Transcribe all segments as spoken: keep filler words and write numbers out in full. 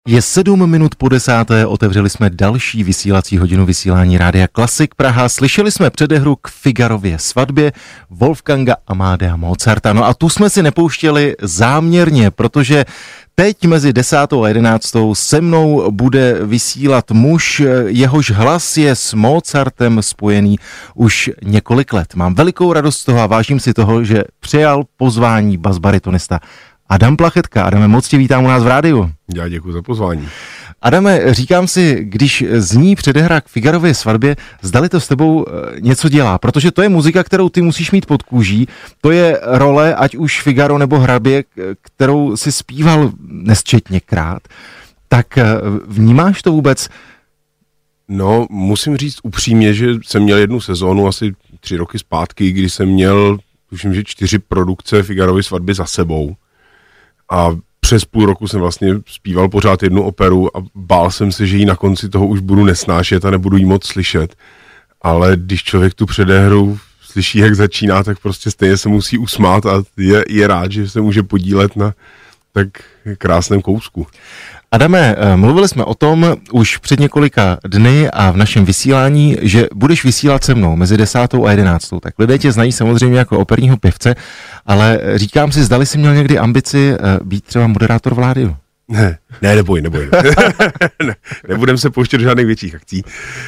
Je sedm minut po desáté, otevřeli jsme další vysílací hodinu vysílání Rádia Klasik Praha. Slyšeli jsme předehru k Figarově svatbě Wolfganga Amadea Mozarta. No a tu jsme si nepouštěli záměrně, protože teď mezi desátou a jedenáctou se mnou bude vysílat muž, jehož hlas je s Mozartem spojený už několik let. Mám velikou radost z toho a vážím si toho, že přijal pozvání basbaritonista Adam Plachetka. Adame, moc tě vítám u nás v rádiu. Já děkuji za pozvání. Adame, říkám si, když zní předehra k Figarově svatbě, zdali to s tebou něco dělá, protože to je muzika, kterou ty musíš mít pod kůží, to je role, ať už Figaro nebo Hrabě, kterou si zpíval nesčetněkrát, tak vnímáš to vůbec? No, musím říct upřímně, že jsem měl jednu sezónu asi tři roky zpátky, kdy jsem měl, tuším, že čtyři produkce Figarovy svatby za sebou. A přes půl roku jsem vlastně zpíval pořád jednu operu a bál jsem se, že ji na konci toho už budu nesnášet a nebudu jí moc slyšet. Ale když člověk tu předehru slyší, jak začíná, tak prostě stejně se musí usmát a je, je rád, že se může podílet na tak krásném kousku. Adame, mluvili jsme o tom už před několika dny a v našem vysílání, že budeš vysílat se mnou mezi desátou a jedenáctou. Tak lidé tě znají samozřejmě jako operního pěvce, ale říkám si, zdali jsi měl někdy ambici být třeba moderátor v rádiu? Ne, ne, neboj, neboj. ne, nebudem se pouštět do žádných větších akcí.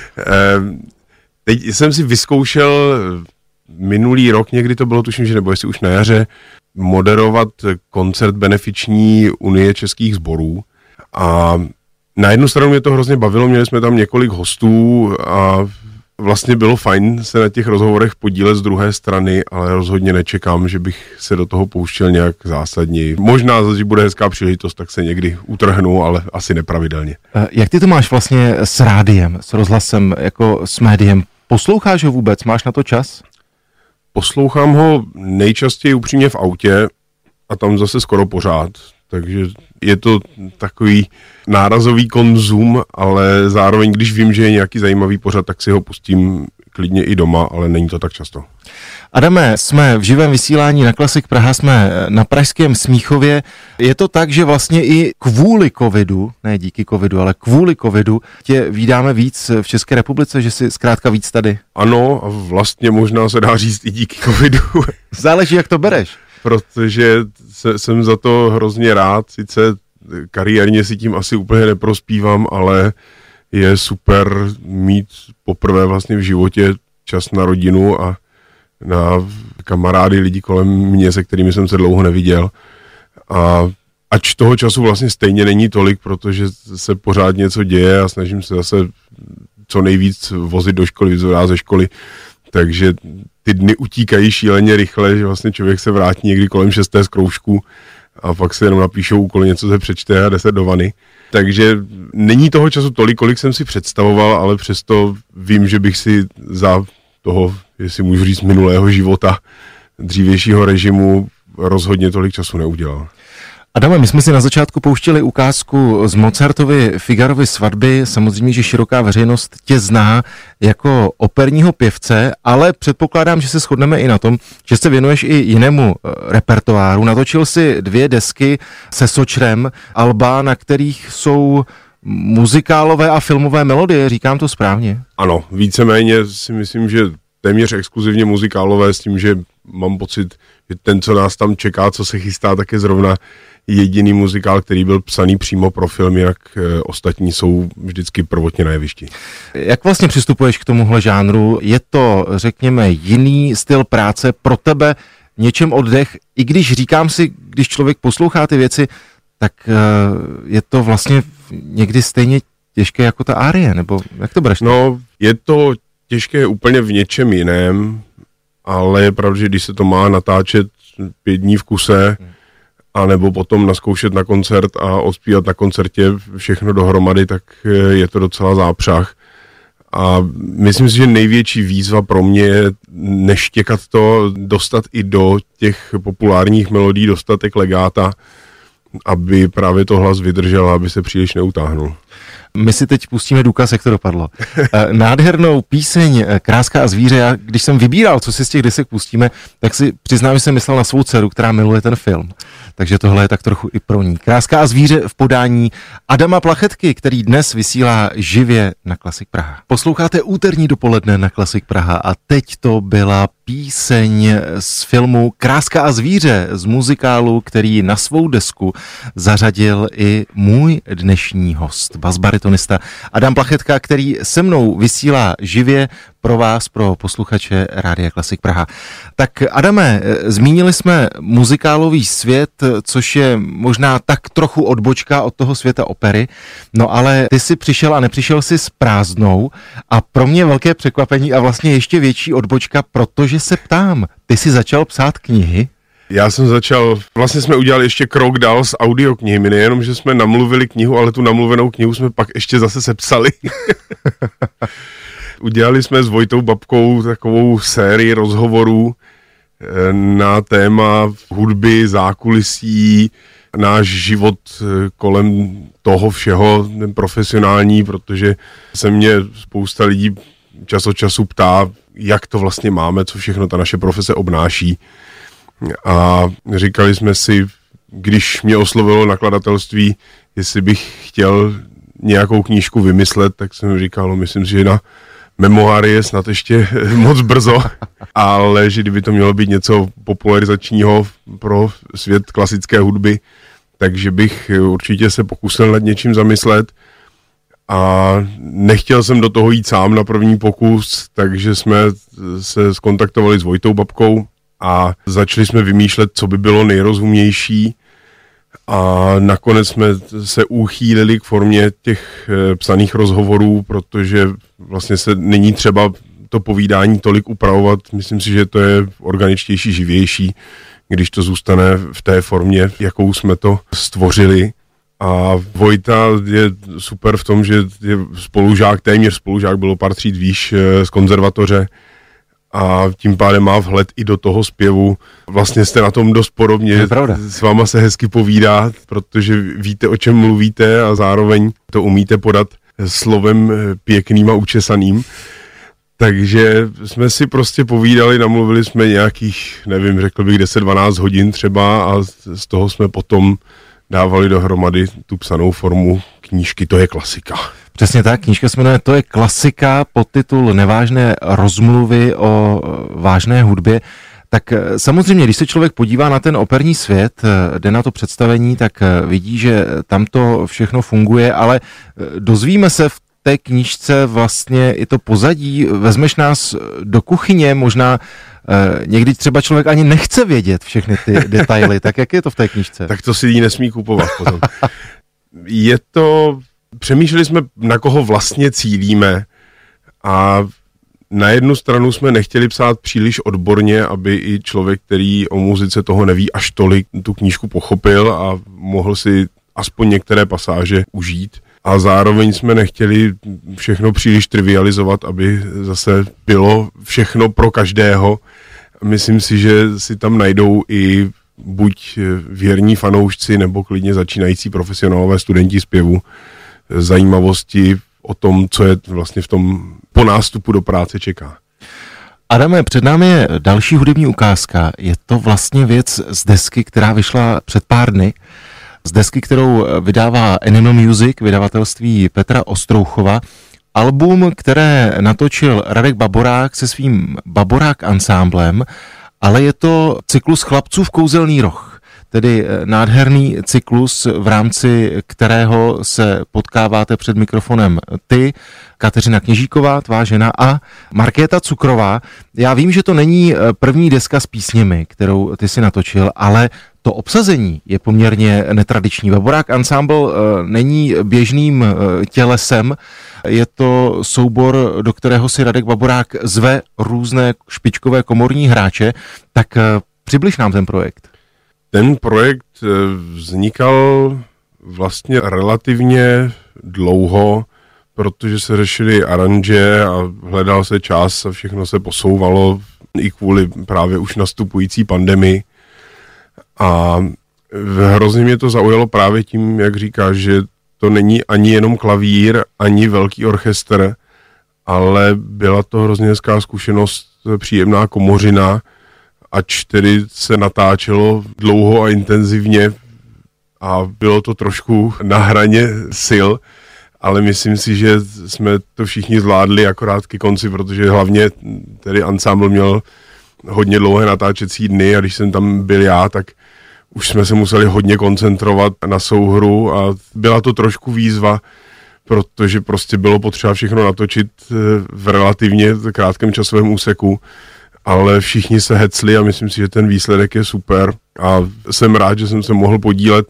Teď jsem si vyzkoušel minulý rok, někdy to bylo, tuším, že nebo jestli už na jaře, moderovat koncert benefiční Unie českých sborů. A na jednu stranu mě to hrozně bavilo, měli jsme tam několik hostů a vlastně bylo fajn se na těch rozhovorech podílet z druhé strany, ale rozhodně nečekám, že bych se do toho pouštěl nějak zásadně. Možná, že bude hezká příležitost, tak se někdy utrhnu, ale asi nepravidelně. Jak ty to máš vlastně s rádiem, s rozhlasem, jako s médiem? Posloucháš ho vůbec? Máš na to čas? Poslouchám ho nejčastěji upřímně v autě a tam zase skoro pořád. Takže je to takový nárazový konzum, ale zároveň, když vím, že je nějaký zajímavý pořad, tak si ho pustím klidně i doma, ale není to tak často. Adame, jsme v živém vysílání na Klasik Praha, jsme na pražském Smíchově. Je to tak, že vlastně i kvůli covidu, ne díky covidu, ale kvůli covidu tě vídáme víc v České republice, že jsi zkrátka víc tady? Ano, a vlastně možná se dá říct i díky covidu. Záleží, jak to bereš. Protože se, jsem za to hrozně rád, sice kariérně si tím asi úplně neprospívám, ale je super mít poprvé vlastně v životě čas na rodinu a na kamarády, lidi kolem mě, se kterými jsem se dlouho neviděl. A ač toho času vlastně stejně není tolik, protože se pořád něco děje a snažím se zase co nejvíc vozit do školy, vyzvedát ze školy, takže ty dny utíkají šíleně rychle, že vlastně člověk se vrátí někdy kolem šesté z kroužku a pak se jenom napíšou úkoly, něco se přečte a jde se do vany. Takže není toho času tolik, kolik jsem si představoval, ale přesto vím, že bych si za toho, jestli můžu říct, minulého života, dřívějšího režimu rozhodně tolik času neudělal. Adame, my jsme si na začátku pouštěli ukázku z Mozartovy Figarovy svatby. Samozřejmě, že široká veřejnost tě zná jako operního pěvce, ale předpokládám, že se shodneme i na tom, že se věnuješ i jinému repertoáru. Natočil si dvě desky se sočrem alba, na kterých jsou muzikálové a filmové melodie. Říkám to správně? Ano, víceméně si myslím, že téměř exkluzivně muzikálové, s tím, že mám pocit, že ten, co nás tam čeká, co se chystá, tak je zrovna jediný muzikál, který byl psaný přímo pro film, jak e, ostatní jsou vždycky prvotně na jevišti. Jak vlastně přistupuješ k tomuhle žánru? Je to, řekněme, jiný styl práce pro tebe, něčem oddech, i když říkám si, když člověk poslouchá ty věci, tak e, je to vlastně někdy stejně těžké jako ta árie, nebo jak to bereš? No, je to těžké úplně v něčem jiném, ale je pravda, že když se to má natáčet pět dní v kuse, a nebo potom naskoušet na koncert a odspívat na koncertě všechno dohromady, tak je to docela zápřah. A myslím si, že největší výzva pro mě je neštěkat to, dostat i do těch populárních melodií dostatek legáta, aby právě to hlas vydržel, aby se příliš neutáhnul. My si teď pustíme důkaz, jak to dopadlo. Nádhernou píseň Kráska a zvíře. Já, když jsem vybíral, co si z těch desek pustíme, tak si přiznám, že jsem myslel na svou dceru, která miluje ten film. Takže tohle je tak trochu i pro ní. Kráska a zvíře v podání Adama Plachetky, který dnes vysílá živě na Klasik Praha. Posloucháte úterní dopoledne na Klasik Praha a teď to byla píseň z filmu Kráska a zvíře, z muzikálu, který na svou desku zařadil i můj dnešní host, basbaritonista Adam Plachetka, který se mnou vysílá živě pro vás, pro posluchače Rádia Klasik Praha. Tak Adame, zmínili jsme muzikálový svět, což je možná tak trochu odbočka od toho světa opery, no ale ty jsi přišel a nepřišel jsi s prázdnou a pro mě velké překvapení a vlastně ještě větší odbočka, protože se ptám, ty jsi začal psát knihy? Já jsem začal, vlastně jsme udělali ještě krok dál s audioknihami, nejenom, že jsme namluvili knihu, ale tu namluvenou knihu jsme pak ještě zase sepsali. Udělali jsme s Vojtou Babkou takovou sérii rozhovorů na téma hudby, zákulisí, náš život kolem toho všeho, ten profesionální, protože se mě spousta lidí čas od času ptá, jak to vlastně máme, co všechno ta naše profese obnáší. A říkali jsme si, když mě oslovilo nakladatelství, jestli bych chtěl nějakou knížku vymyslet, tak jsem říkal, no myslím si, že na memoáry je snad ještě moc brzo, ale že kdyby to mělo být něco popularizačního pro svět klasické hudby, takže bych určitě se pokusil nad něčím zamyslet. A nechtěl jsem do toho jít sám na první pokus, takže jsme se skontaktovali s Vojtou Babkou a začali jsme vymýšlet, co by bylo nejrozumnější. A nakonec jsme se uchýlili k formě těch psaných rozhovorů, protože vlastně se není třeba to povídání tolik upravovat. Myslím si, že to je organičtější, živější, když to zůstane v té formě, jakou jsme to stvořili. A Vojta je super v tom, že je spolužák, téměř spolužák, bylo pár tříd výš z konzervatoře a tím pádem má vhled i do toho zpěvu. Vlastně jste na tom dost podobně, s váma se hezky povídá, protože víte, o čem mluvíte a zároveň to umíte podat slovem pěkným a učesaným. Takže jsme si prostě povídali, namluvili jsme nějakých, nevím, řekl bych deset dvanáct hodin třeba a z toho jsme potom dávali dohromady tu psanou formu knížky, to je klasika. Přesně tak, knížka se jmenuje To je klasika, podtitul Nevážné rozmluvy o vážné hudbě. Tak samozřejmě, když se člověk podívá na ten operní svět, jde na to představení, tak vidí, že tam to všechno funguje, ale dozvíme se v té knížce vlastně i to pozadí. Vezmeš nás do kuchyně, možná eh, někdy třeba člověk ani nechce vědět všechny ty detaily. Tak jak je to v té knížce? Tak to si jí nesmí kupovat potom. Je to... Přemýšleli jsme, na koho vlastně cílíme a na jednu stranu jsme nechtěli psát příliš odborně, aby i člověk, který o muzice toho neví až tolik, tu knížku pochopil a mohl si aspoň některé pasáže užít. A zároveň jsme nechtěli všechno příliš trivializovat, aby zase bylo všechno pro každého. Myslím si, že si tam najdou i buď věrní fanoušci, nebo klidně začínající profesionálové studenti zpěvu zajímavosti o tom, co je vlastně v tom po nástupu do práce čeká. Adame, před námi je další hudební ukázka. Je to vlastně věc z desky, která vyšla před pár dny. Z desky, kterou vydává Animal Music, vydavatelství Petra Ostrouchova. Album, které natočil Radek Baborák se svým Baborák ansámblem, ale je to cyklus Chlapcův kouzelný roh. Tedy nádherný cyklus, v rámci kterého se potkáváte před mikrofonem ty, Kateřina Kněžíková, tvá žena, a Markéta Cukrová. Já vím, že to není první deska s písněmi, kterou ty si natočil, ale to obsazení je poměrně netradiční. Baborák Ensemble není běžným tělesem, je to soubor, do kterého si Radek Baborák zve různé špičkové komorní hráče. Tak přibliž nám ten projekt. Ten projekt vznikal vlastně relativně dlouho, protože se řešily aranže a hledal se čas a všechno se posouvalo i kvůli právě už nastupující pandemii. A hrozně mě to zaujalo právě tím, jak říkáš, že to není ani jenom klavír, ani velký orchestr, ale byla to hrozně hezká zkušenost, příjemná komořina, ač tedy se natáčelo dlouho a intenzivně a bylo to trošku na hraně sil, ale myslím si, že jsme to všichni zvládli akorát ke konci, protože hlavně tedy ansámbl měl hodně dlouhé natáčecí dny a když jsem tam byl já, tak už jsme se museli hodně koncentrovat na souhru a byla to trošku výzva, protože prostě bylo potřeba všechno natočit v relativně krátkém časovém úseku, ale všichni se hecli a myslím si, že ten výsledek je super a jsem rád, že jsem se mohl podílet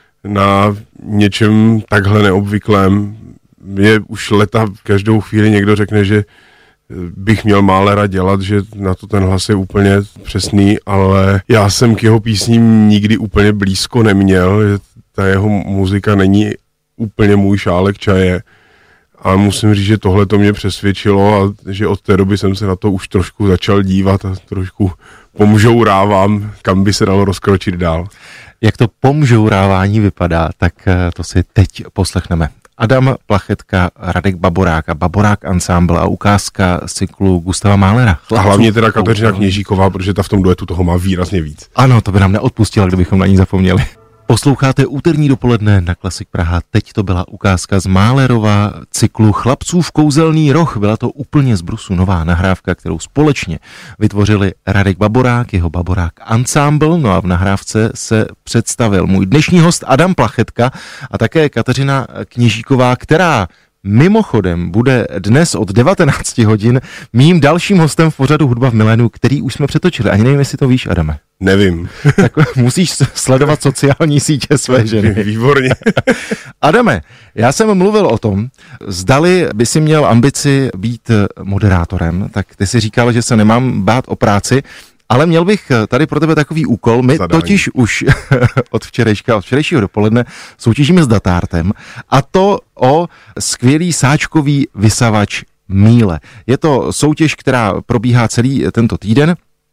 na něčem takhle neobvyklém. Je už leta, každou chvíli někdo řekne, že bych měl Mahlera dělat, že na to ten hlas je úplně přesný, ale já jsem k jeho písním nikdy úplně blízko neměl, že ta jeho muzika není úplně můj šálek čaje. A musím říct, že tohle to mě přesvědčilo a že od té doby jsem se na to už trošku začal dívat a trošku pomžourávám, kam by se dalo rozkročit dál. Jak to pomžourávání vypadá, tak to si teď poslechneme. Adam Plachetka, Radek Baborák a Baborák Ensemble a ukázka z cyklu Gustava Mahlera. A hlavně teda Kateřina Kněžíková, protože ta v tom duetu toho má výrazně víc. Ano, to by nám neodpustila, kdybychom na ní zapomněli. Posloucháte úterní dopoledne na Klasik Praha. Teď to byla ukázka z Mahlerova cyklu Chlapcův kouzelný roh. Byla to úplně z brusu nová nahrávka, kterou společně vytvořili Radek Baborák, jeho Baborák Ensemble. No a v nahrávce se představil můj dnešní host Adam Plachetka a také Kateřina Kněžíková, která mimochodem bude dnes od devatenácti hodin mým dalším hostem v pořadu Hudba v milénu, který už jsme přetočili. Ani nevím, jestli to víš, Adame. Nevím. Tak musíš sledovat sociální sítě své ženy. Výborně. Adame, já jsem mluvil o tom, zdali by si měl ambici být moderátorem, tak ty si říkal, že se nemám bát o práci, ale měl bych tady pro tebe takový úkol. My Zadání. Totiž už od včerejška, od včerejšího dopoledne soutěžíme s Datártem a to o skvělý sáčkový vysavač Miele. Je to soutěž, která probíhá celý tento týden.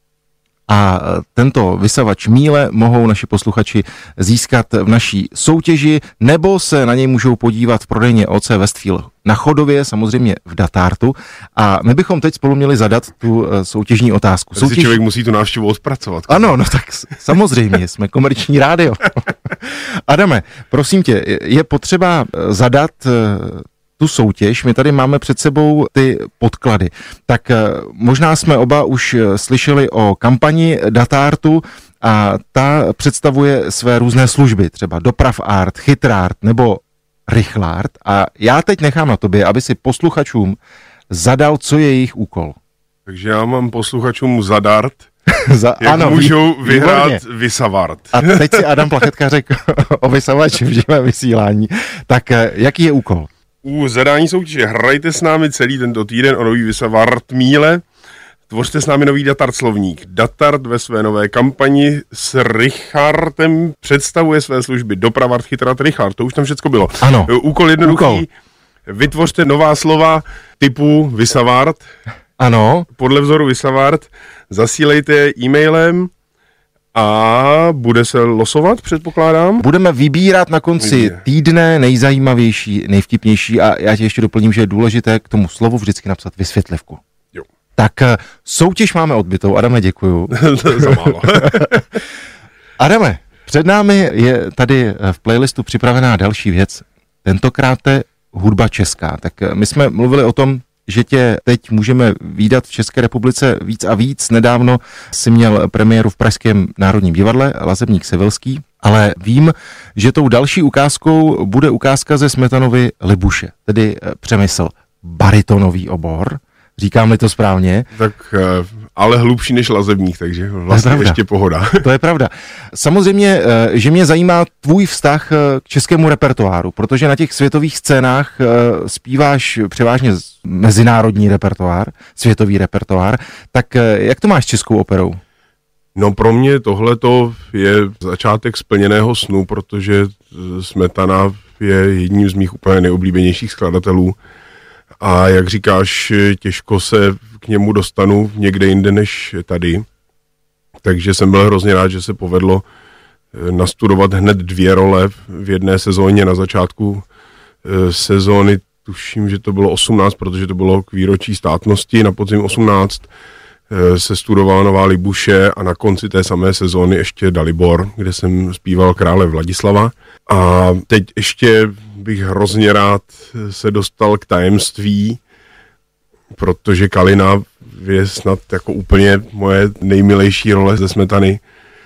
A tento vysavač Miele mohou naši posluchači získat v naší soutěži, nebo se na něj můžou podívat v prodejně O C Westfield na Chodově, samozřejmě v Datártu. A my bychom teď spolu měli zadat tu soutěžní otázku. Soutěž... Člověk musí tu návštěvu odpracovat. Ano, no tak samozřejmě, jsme komerční rádio. Adame, prosím tě, je potřeba zadat tu soutěž, my tady máme před sebou ty podklady. Tak možná jsme oba už slyšeli o kampani Datártu a ta představuje své různé služby, třeba Dopravart, Chytrart nebo Rychlart. A já teď nechám na tobě, aby si posluchačům zadal, co je jejich úkol. Takže já mám posluchačům zadat, Za, jak ano, můžou výborně. vyhrát Vysavart. A teď si Adam Plachetka řekl o vysavači v živém vysílání. Tak jaký je úkol? U zadání soutěže hrajte s námi celý tento týden o nový Vysavart Miele. Tvořte s námi nový Datart slovník. Datart ve své nové kampani s Richardem představuje své služby Dopravart, Chytrart, Rychlart. To už tam všecko bylo. Ano. Úkol jednoduchý. Úkol. Vytvořte nová slova typu Vysavart. Ano. Podle vzoru Vysavart. Zasílejte e-mailem a bude se losovat, předpokládám? Budeme vybírat na konci Vybírat. týdne nejzajímavější, nejvtipnější a já tě ještě doplním, že je důležité k tomu slovu vždycky napsat vysvětlivku. Jo. Tak soutěž máme odbytou. Adame, děkuju. Za málo. Adame, před námi je tady v playlistu připravená další věc. Tentokrát je hudba česká. Tak my jsme mluvili o tom, že tě teď můžeme vídat v České republice víc a víc. Nedávno si měl premiéru v Pražském Národním divadle Lazebník Sevelský, ale vím, že tou další ukázkou bude ukázka ze Smetanovy Libuše, tedy Přemysl, baritonový obor. Říkám-li to správně? Tak, ale hlubší než Lazebník, takže vlastně ještě pohoda. To je pravda. Samozřejmě, že mě zajímá tvůj vztah k českému repertoáru, protože na těch světových scénách zpíváš převážně mezinárodní repertoár, světový repertoár. Tak jak to máš s českou operou? No pro mě tohleto je začátek splněného snu, protože Smetana je jedním z mých úplně nejoblíbenějších skladatelů. A jak říkáš, těžko se k němu dostanu někde jinde než tady. Takže jsem byl hrozně rád, že se povedlo nastudovat hned dvě role v jedné sezóně na začátku sezóny, tuším, že to bylo osmnáct, protože to bylo k výročí státnosti, na podzim osmnáct se studovala Nová Libuše a na konci té samé sezóny ještě Dalibor, kde jsem zpíval Krále Vladislava. A teď ještě bych hrozně rád se dostal k Tajemství, protože Kalina je snad jako úplně moje nejmilejší role ze Smetany.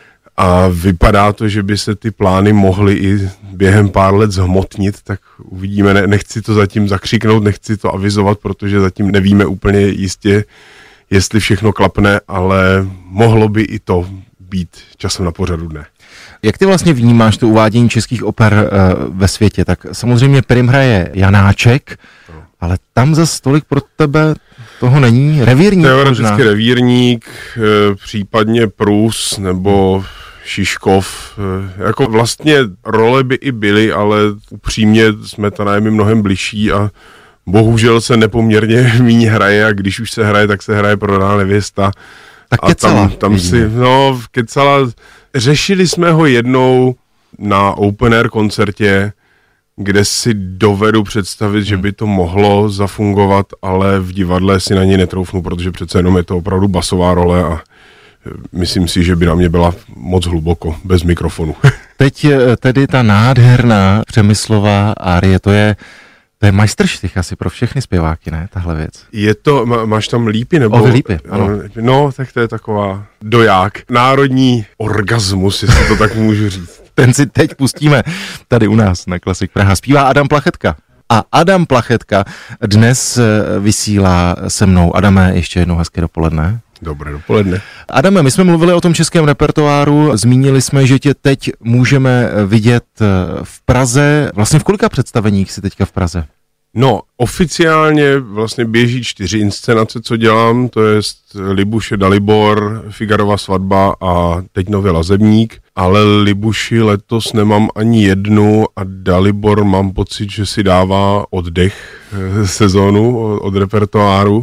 A vypadá to, že by se ty plány mohly i během pár let zhmotnit, tak uvidíme. Ne, nechci to zatím zakřiknout, nechci to avizovat, protože zatím nevíme úplně jistě, jestli všechno klapne, ale mohlo by i to být časem na pořadu dne. Jak ty vlastně vnímáš to uvádění českých oper uh, ve světě? Tak samozřejmě prim hraje Janáček, no. Ale tam zas tolik pro tebe toho není. Revírník teoreticky možná. Revírník, e, případně Prus nebo Šiškov. E, jako vlastně role by i byly, ale upřímně Smetana je mi mnohem bližší a bohužel se nepoměrně míň hraje a když už se hraje, tak se hraje Prodaná nevěsta. Tak a Kecala. Tam, tam si, no, Kecala, řešili jsme ho jednou na open air koncertě, kde si dovedu představit, hmm. že by to mohlo zafungovat, ale v divadle si na něj netroufnu, protože přece jenom je to opravdu basová role a myslím si, že by na mě byla moc hluboko, bez mikrofonu. Teď tedy ta nádherná Přemyslová árie, to je To je majstrštych asi pro všechny zpěváky, ne, tahle věc? Je to, má, máš tam lípy, nebo? O, lípy, ano. No, tak to je taková doják. Národní orgasmus, jestli to tak můžu říct. Ten si teď pustíme tady u nás na Klasik Praha. Zpívá Adam Plachetka. A Adam Plachetka dnes vysílá se mnou. Adame, ještě jednou hezké dopoledne. Dobré dopoledne. Adame, my jsme mluvili o tom českém repertoáru, zmínili jsme, že tě teď můžeme vidět v Praze. Vlastně v kolika představeních jsi teďka v Praze? No, oficiálně vlastně běží čtyři inscenace, co dělám, to je Libuše, Dalibor, Figarova svatba a teď nově Lazebník, ale Libuši letos nemám ani jednu a Dalibor mám pocit, že si dává oddech sezónu od repertoáru.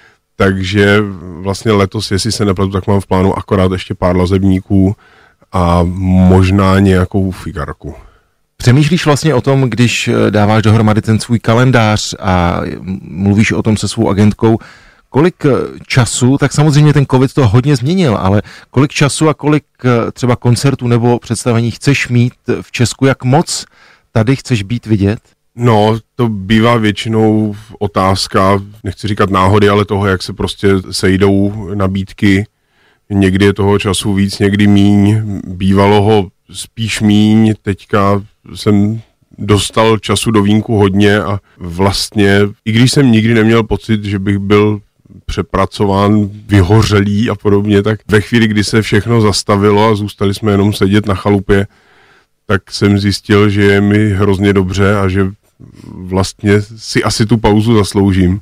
Takže vlastně letos, jestli se nepletu, tak mám v plánu akorát ještě pár Lazebníků a možná nějakou Figarku. Přemýšlíš vlastně o tom, když dáváš dohromady ten svůj kalendář a mluvíš o tom se svou agentkou, kolik času, tak samozřejmě ten covid to hodně změnil, ale kolik času a kolik třeba koncertů nebo představení chceš mít v Česku, jak moc tady chceš být vidět? No, to bývá většinou otázka, nechci říkat náhody, ale toho, jak se prostě sejdou nabídky. Někdy je toho času víc, někdy míň. Bývalo ho spíš míň, teďka jsem dostal času do vínku hodně a vlastně, i když jsem nikdy neměl pocit, že bych byl přepracován, vyhořelý a podobně, tak ve chvíli, kdy se všechno zastavilo a zůstali jsme jenom sedět na chalupě, tak jsem zjistil, že je mi hrozně dobře a že vlastně si asi tu pauzu zasloužím.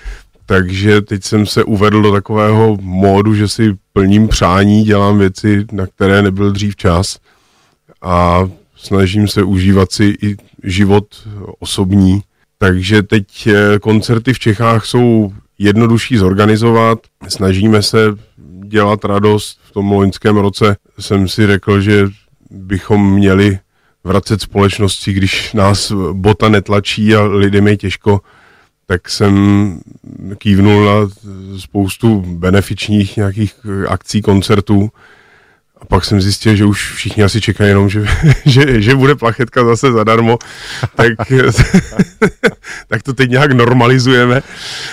Takže teď jsem se uvedl do takového módu, že si plním přání, dělám věci, na které nebyl dřív čas a snažím se užívat si i život osobní. Takže teď koncerty v Čechách jsou jednodušší zorganizovat. Snažíme se dělat radost. V tom loňském roce jsem si řekl, že bychom měli vracet společnosti, když nás bota netlačí a lidem je těžko, tak jsem kývnul na spoustu benefičních nějakých akcí, koncertů. A pak jsem zjistil, že už všichni asi čekají jenom, že, že, že bude Plachetka zase zadarmo, tak, tak to teď nějak normalizujeme.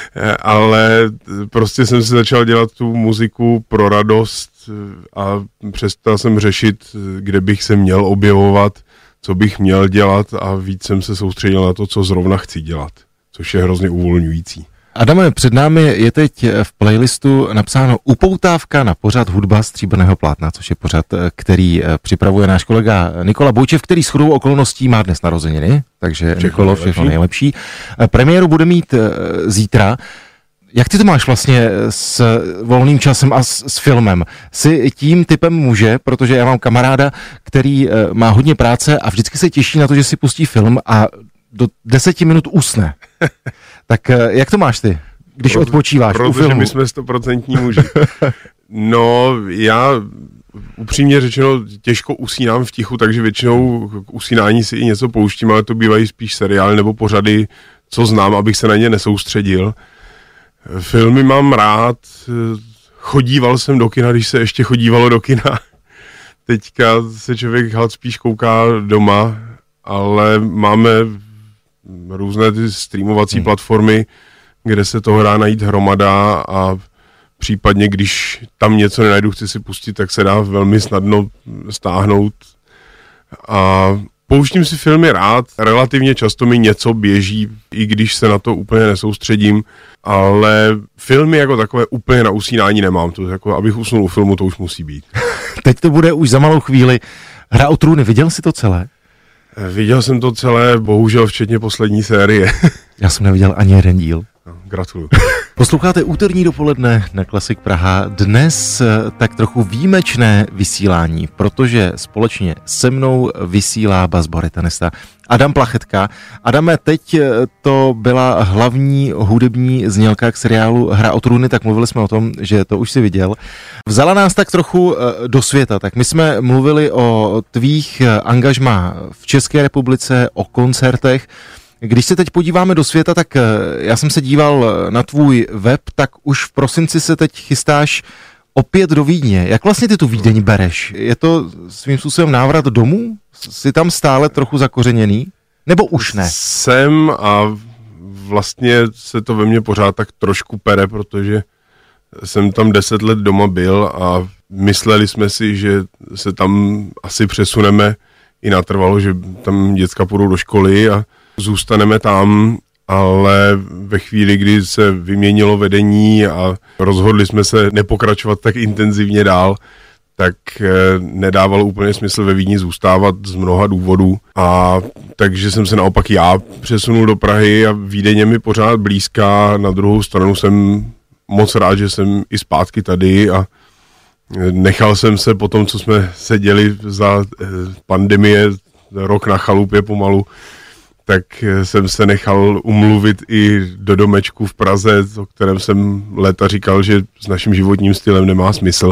Ale prostě jsem si začal dělat tu muziku pro radost a přestal jsem řešit, kde bych se měl objevovat, co bych měl dělat a víc jsem se soustředil na to, co zrovna chci dělat, což je hrozně uvolňující. Adame, před námi je teď v playlistu napsáno Upoutávka na pořad Hudba stříbrného plátna, což je pořad, který připravuje náš kolega Nikola Boučev, který shodou okolností má dnes narozeniny, takže všechno Nikolo, všechno nejlepší. Premiéru bude mít zítra. Jak ty to máš vlastně s volným časem a s, s filmem? Jsi tím typem muže, protože já mám kamaráda, který má hodně práce a vždycky se těší na to, že si pustí film a do deseti minut usne. Tak jak to máš ty, když Proto, odpočíváš protože u filmu? Protože my jsme stoprocentní muži. No, já upřímně řečeno těžko usínám v tichu, takže většinou k usínání si i něco pouštím, ale to bývají spíš seriály nebo pořady, co znám, abych se na ně nesoustředil. Filmy mám rád, chodíval jsem do kina, když se ještě chodívalo do kina. Teďka se člověk hlad spíš kouká doma, ale máme různé ty streamovací hmm. platformy, kde se toho dá najít hromada a případně, když tam něco nenajdu, chci si pustit, tak se dá velmi snadno stáhnout. A pouštím si filmy rád, relativně často mi něco běží, i když se na to úplně nesoustředím, ale filmy jako takové úplně na usínání nemám. To jako, abych usnul u filmu, to už musí být. Teď to bude už za malou chvíli. Hra o trůny, viděl jsi to celé? Viděl jsem to celé, bohužel včetně poslední série. Já jsem neviděl ani jeden díl. No, gratuluju. Posloucháte úterní dopoledne na Klasik Praha. Dnes tak trochu výjimečné vysílání, protože společně se mnou vysílá basbaritonista Adam Plachetka. Adame, teď to byla hlavní hudební znělka k seriálu Hra o trůny, tak mluvili jsme o tom, že to už si viděl. Vzala nás tak trochu do světa, tak my jsme mluvili o tvých angažmá v České republice, o koncertech. Když se teď podíváme do světa, tak já jsem se díval na tvůj web, tak už v prosinci se teď chystáš opět do Vídně. Jak vlastně ty tu Vídeň bereš? Je to svým způsobem návrat domů? Jsi tam stále trochu zakořeněný? Nebo už ne? Jsem a vlastně se to ve mně pořád tak trošku pere, protože jsem tam deset let doma byl a mysleli jsme si, že se tam asi přesuneme i natrvalo, že tam děcka půjdou do školy a zůstaneme tam, ale ve chvíli, kdy se vyměnilo vedení a rozhodli jsme se nepokračovat tak intenzivně dál, tak nedávalo úplně smysl ve Vídni zůstávat z mnoha důvodů. A takže jsem se naopak já přesunul do Prahy a Vídeň je mi pořád blízká. Na druhou stranu jsem moc rád, že jsem i zpátky tady a nechal jsem se po tom, co jsme seděli za pandemie rok na chalupě pomalu, tak jsem se nechal umluvit i do domečku v Praze, o kterém jsem léta říkal, že s naším životním stylem nemá smysl.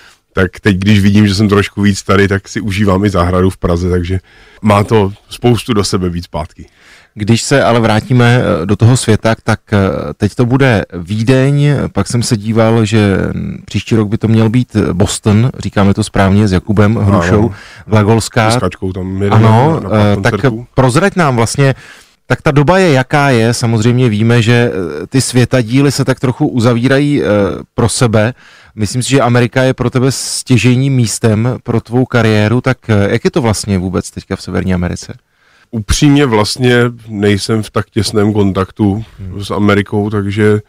Tak teď, když vidím, že jsem trošku víc tady, tak si užívám i zahradu v Praze, takže má to spoustu do sebe víc zpátky. Když se ale vrátíme do toho světa, tak teď to bude Vídeň, pak jsem se díval, že příští rok by to měl být Boston, říkáme to správně, s Jakubem Hrušou, Glagolská. S Kačkou tam ano, na, na tak prozrať nám vlastně, tak ta doba je jaká je, samozřejmě víme, že ty světadíly se tak trochu uzavírají pro sebe. Myslím si, že Amerika je pro tebe stěžejním místem pro tvou kariéru, tak jak je to vlastně vůbec teďka v Severní Americe? Upřímně vlastně nejsem v tak těsném kontaktu hmm. s Amerikou, takže e,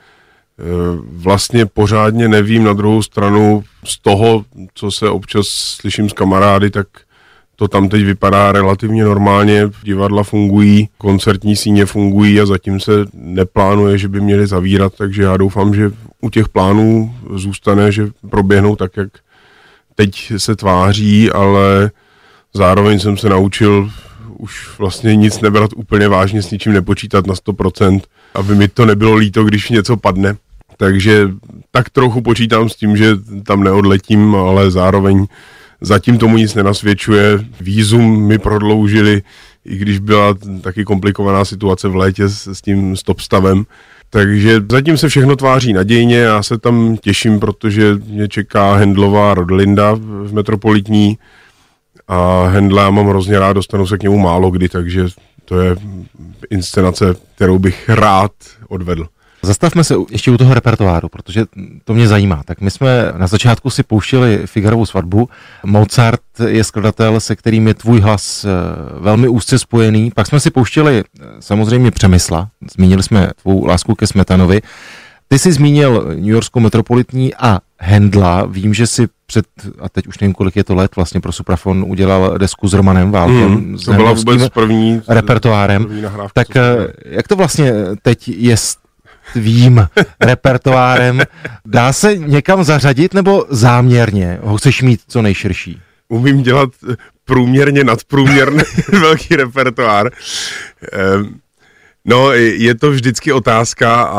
vlastně pořádně nevím. Na druhou stranu z toho, co se občas slyším s kamarády, tak to tam teď vypadá relativně normálně. Divadla fungují, koncertní síně fungují a zatím se neplánuje, že by měli zavírat, takže já doufám, že u těch plánů zůstane, že proběhnou tak, jak teď se tváří, ale zároveň jsem se naučil už vlastně nic nebrat úplně vážně, s ničím nepočítat na sto procent, aby mi to nebylo líto, když něco padne. Takže tak trochu počítám s tím, že tam neodletím, ale zároveň zatím tomu nic nenasvědčuje. Vízum mi prodloužili, i když byla taky komplikovaná situace v létě s, s tím stop stavem. Takže zatím se všechno tváří nadějně, já se tam těším, protože mě čeká Handlová Rodlinda v Metropolitní a Handla já mám hrozně rád, dostanu se k němu málo kdy, takže to je inscenace, kterou bych rád odvedl. Zastavme se ještě u toho repertoáru, protože to mě zajímá. Tak my jsme na začátku si pouštěli Figarovu svatbu. Mozart je skladatel, se kterým je tvůj hlas velmi úzce spojený. Pak jsme si pouštěli samozřejmě Přemysla. Zmínili jsme tvou lásku ke Smetanovi. Ty jsi zmínil Newyorskou Metropolitní a Handla. Vím, že si před, a teď už nevím, kolik je to let, vlastně pro Suprafon udělal desku s Romanem Válkem. Mm, to byla vůbec první repertoárem. První nahrávka, tak jak to vlastně teď je s tvým repertoárem? Dá se někam zařadit nebo záměrně ho chceš mít co nejširší? Umím dělat průměrně nadprůměrný velký repertoár. No, je to vždycky otázka a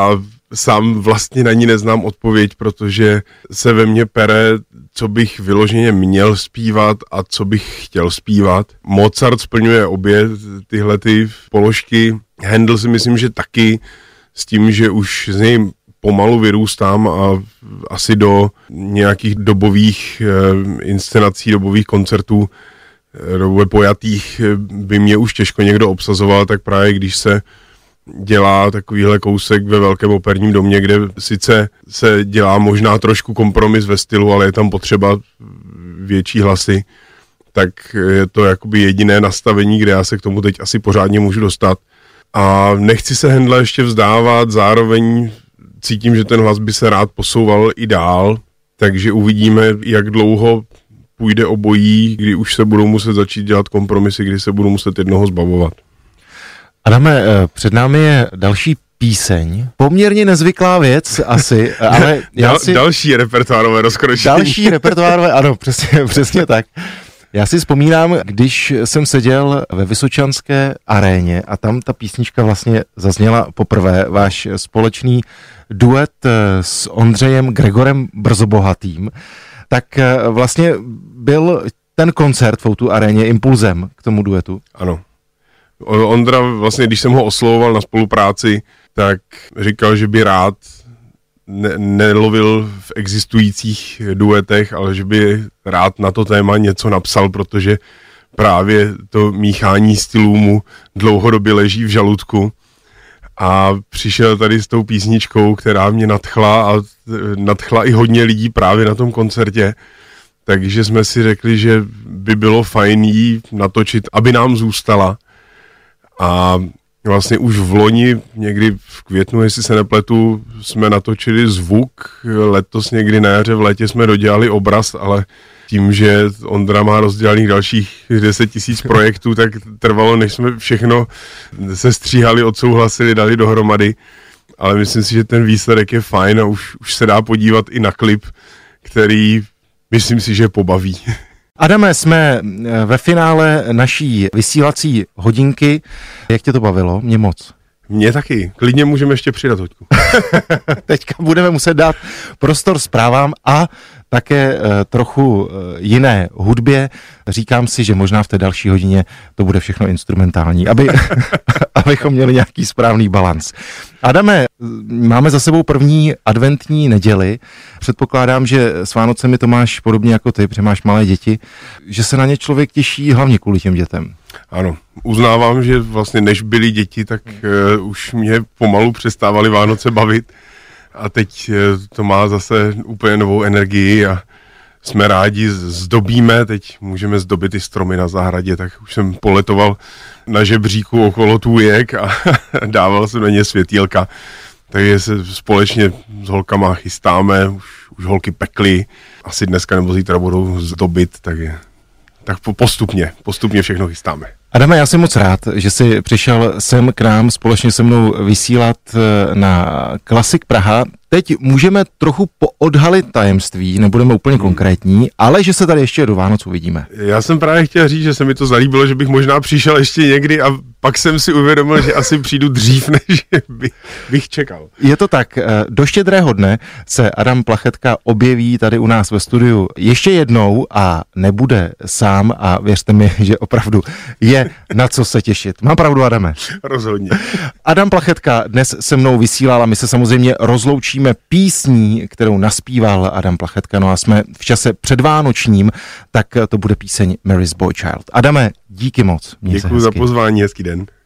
sám vlastně na ní neznám odpověď, protože se ve mně pere, co bych vyloženě měl zpívat a co bych chtěl zpívat. Mozart splňuje obě tyhle ty položky. Handel si myslím, že taky, s tím, že už z něj pomalu vyrůstám a asi do nějakých dobových eh, inscenací, dobových koncertů, eh, dobově pojatých by mě už těžko někdo obsazoval, tak právě když se dělá takovýhle kousek ve velkém operním domě, kde sice se dělá možná trošku kompromis ve stylu, ale je tam potřeba větší hlasy, tak je to jakoby jediné nastavení, kde já se k tomu teď asi pořádně můžu dostat. A nechci se Handla ještě vzdávat, zároveň cítím, že ten hlas by se rád posouval i dál, takže uvidíme, jak dlouho půjde obojí, kdy už se budou muset začít dělat kompromisy, kdy se budou muset jednoho zbavovat. Adame, před námi je další píseň, poměrně nezvyklá věc asi, ale já Dal, si... Další repertoárové rozkročení. Další repertoárové, ano, přesně, přesně tak. Já si vzpomínám, když jsem seděl ve Vysočanské aréně a tam ta písnička vlastně zazněla poprvé, váš společný duet s Ondřejem Gregorem Brzobohatým, tak vlastně byl ten koncert v O dva aréně impulzem k tomu duetu. Ano. Ondra vlastně, když jsem ho oslovoval na spolupráci, tak říkal, že by rád ne- nelovil v existujících duetech, ale že by rád na to téma něco napsal, protože právě to míchání stylů mu dlouhodobě leží v žaludku. A přišel tady s tou písničkou, která mě nadchla a nadchla i hodně lidí právě na tom koncertě. Takže jsme si řekli, že by bylo fajn jí natočit, aby nám zůstala. A vlastně už v loni, někdy v květnu, jestli se nepletu, jsme natočili zvuk, letos někdy na jaře v létě jsme dodělali obraz, ale tím, že Ondra má rozdělaných dalších deset tisíc projektů, tak trvalo, než jsme všechno se stříhali, odsouhlasili, dali dohromady, ale myslím si, že ten výsledek je fajn a už, už se dá podívat i na klip, který myslím si, že pobaví. Adame, jsme ve finále naší vysílací hodinky. Jak tě to bavilo? Mě moc. Mě taky. Klidně můžeme ještě přidat hoďku. Teďka budeme muset dát prostor zprávám a také e, trochu e, jiné hudbě. Říkám si, že možná v té další hodině to bude všechno instrumentální, aby, abychom měli nějaký správný balans. Adame, máme za sebou první adventní neděli. Předpokládám, že s Vánocemi to máš podobně jako ty, protože máš malé děti, že se na ně člověk těší hlavně kvůli těm dětem. Ano, uznávám, že vlastně než byly děti, tak uh, už mě pomalu přestávaly Vánoce bavit a teď uh, to má zase úplně novou energii a jsme rádi, zdobíme, teď můžeme zdobit i stromy na zahradě, tak už jsem poletoval na žebříku okolo tůjek a dával jsem na ně světýlka, takže se společně s holkama chystáme, už, už holky pekly, asi dneska nebo zítra budou zdobit, tak je. Tak postupně, postupně všechno chystáme. Adame, já jsem moc rád, že jsi přišel sem k nám společně se mnou vysílat na Klasik Praha. Teď můžeme trochu poodhalit tajemství, nebudeme úplně konkrétní, ale že se tady ještě do Vánoc uvidíme. Já jsem právě chtěl říct, že se mi to zalíbilo, že bych možná přišel ještě někdy a pak jsem si uvědomil, že asi přijdu dřív, než by, bych čekal. Je to tak, do Štědrého dne se Adam Plachetka objeví tady u nás ve studiu ještě jednou a nebude sám a věřte mi, že opravdu je na co se těšit. Mám pravdu, Adame? Rozhodně. Adam Plachetka dnes se mnou vysílal a my se samozřejmě rozloučíme písní, kterou naspíval Adam Plachetka, no a jsme v čase předvánočním, tak to bude píseň Mary's Boy Child. Adame, díky moc. Děkuji za pozvání, hezký den.